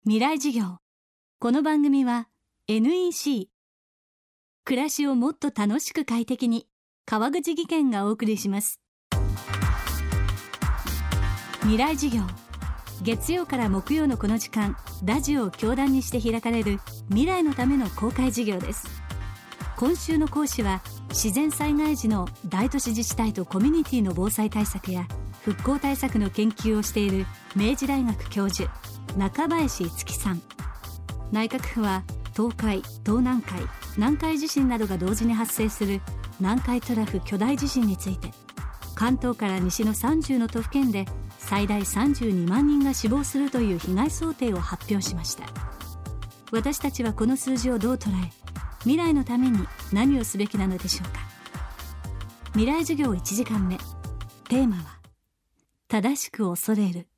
未来授業。この番組は NEC 暮らしをもっと楽しく快適に川口義賢がお送りします。未来授業、月曜から木曜のこの時間、ラジオを教壇にして開かれる未来のための公開授業です。今週の講師は、自然災害時の大都市自治体とコミュニティの防災対策や復興対策の研究をしている明治大学教授中林一樹さん。内閣府は東海、東南海、南海地震などが同時に発生する南海トラフ巨大地震について、関東から西の30の都府県で最大32万人が死亡するという被害想定を発表しました。私たちはこの数字をどう捉え、未来のために何をすべきなのでしょうか。未来授業1時間目、テーマは正しく恐れる。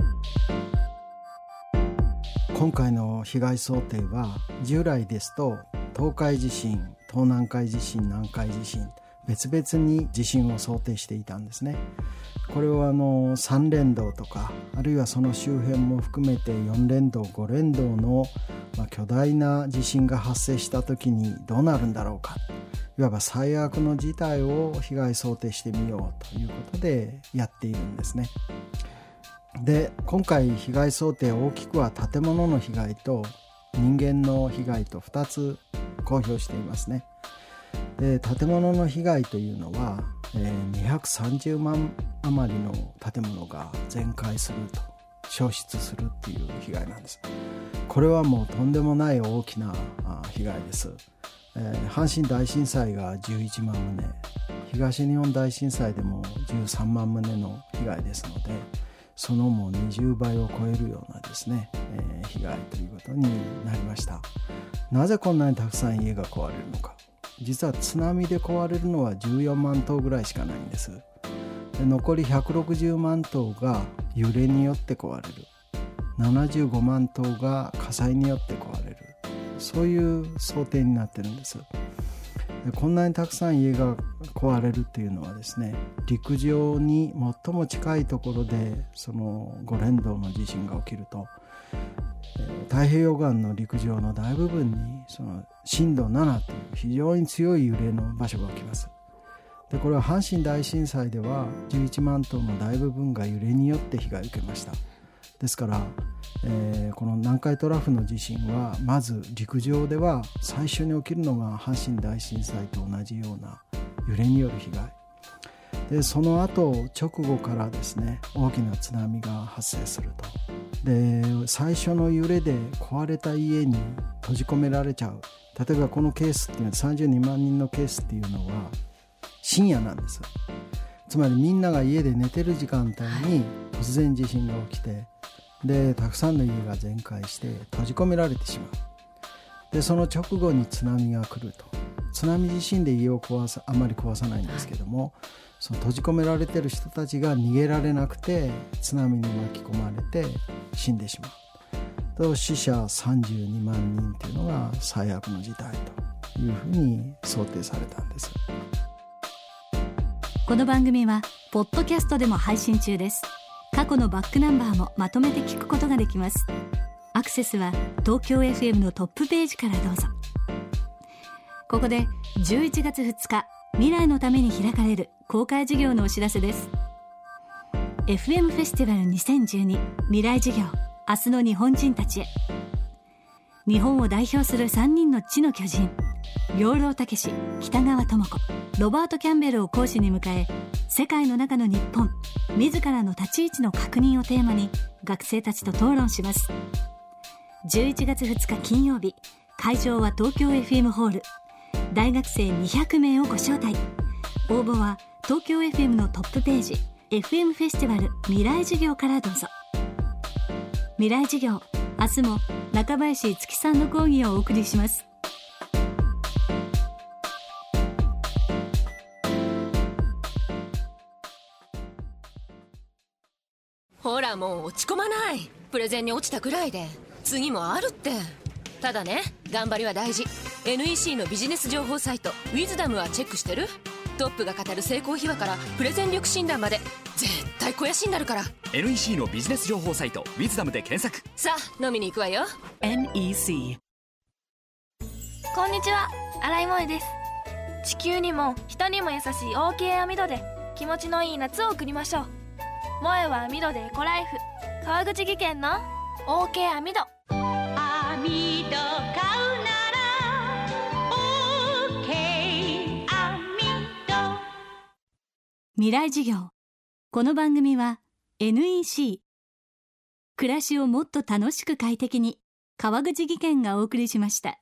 今回の被害想定は、従来ですと東海地震、東南海地震、南海地震、別々に地震を想定していたんですね。これは3連動とか、あるいはその周辺も含めて4連動、5連動の巨大な地震が発生した時にどうなるんだろうか、いわば最悪の事態を被害想定してみようということでやっているんですね。で、今回被害想定大きくは建物の被害と人間の被害と2つ公表していますね。で、建物の被害というのは、230万余りの建物が全壊すると、焼失するっていう被害なんです。これはもうとんでもない大きな被害です。阪神大震災が11万棟、東日本大震災でも13万棟の被害ですので、そのもう20倍を超えるようなですね、被害ということになりました。なぜこんなにたくさん家が壊れるのか。実は津波で壊れるのは14万棟ぐらいしかないんです。で、残り160万棟が揺れによって壊れる、75万棟が火災によって壊れる、そういう想定になってるんです。で、こんなにたくさん家が壊れるっていうのはですね、陸上に最も近いところでその5連動の地震が起きると、太平洋岸の陸上の大部分にその震度7という非常に強い揺れの場所が起きます。で、これは阪神大震災では11万棟の大部分が揺れによって被害を受けました。ですから、この南海トラフの地震はまず陸上では最初に起きるのが阪神大震災と同じような揺れによる被害で、その後直後からですね、大きな津波が発生すると。で、最初の揺れで壊れた家に閉じ込められちゃう。例えばこのケースっていうのは32万人のケースっていうのは深夜なんです。つまりみんなが家で寝てる時間帯に突然地震が起きて、で、たくさんの家が全壊して閉じ込められてしまう。で、その直後に津波が来ると。津波地震で家をあまり壊さないんですけども、その閉じ込められてる人たちが逃げられなくて津波に巻き込まれて死んでしまうと、死者32万人っていうのが最悪の事態というふうに想定されたんです。 この番組はポッドキャストでも配信中です。過去のバックナンバーもまとめて聞くことができます。アクセスは東京 FM のトップページからどうぞ。ここで11月2日、未来のために開かれる公開授業のお知らせです。 FM フェスティバル2012未来授業、明日の日本人たちへ。日本を代表する3人の知の巨人、養老孟司、北川智子、ロバート・キャンベルを講師に迎え、世界の中の日本、自らの立ち位置の確認をテーマに学生たちと討論します。11月2日金曜日、会場は東京 FM ホール。大学生200名をご招待。応募は東京 FM のトップページ FM フェスティバル未来授業からどうぞ。未来授業、明日も中林一樹さんの講義をお送りします。 ほら、もう落ち込まない。プレゼンに落ちたくらいで次もあるって。ただね、頑張りは大事。 NEC のビジネス情報サイトウィズダムはチェックしてる？ トップが語る成功秘話からプレゼン力診断まで絶対肥やしになるから。 NEC のビジネス情報サイトウィズダムで検索。 さあ飲みに行くわよ。 NEC。 こんにちは、新井萌です。地球にも人にも優しい OK 網戸で気持ちのいい夏を送りましょう。萌は網戸でエコライフ、川口技研の OK 網戸。 網戸買うなら OK 網戸。 未来授業。この番組は NEC 暮らしをもっと楽しく快適に、川口技研がお送りしました。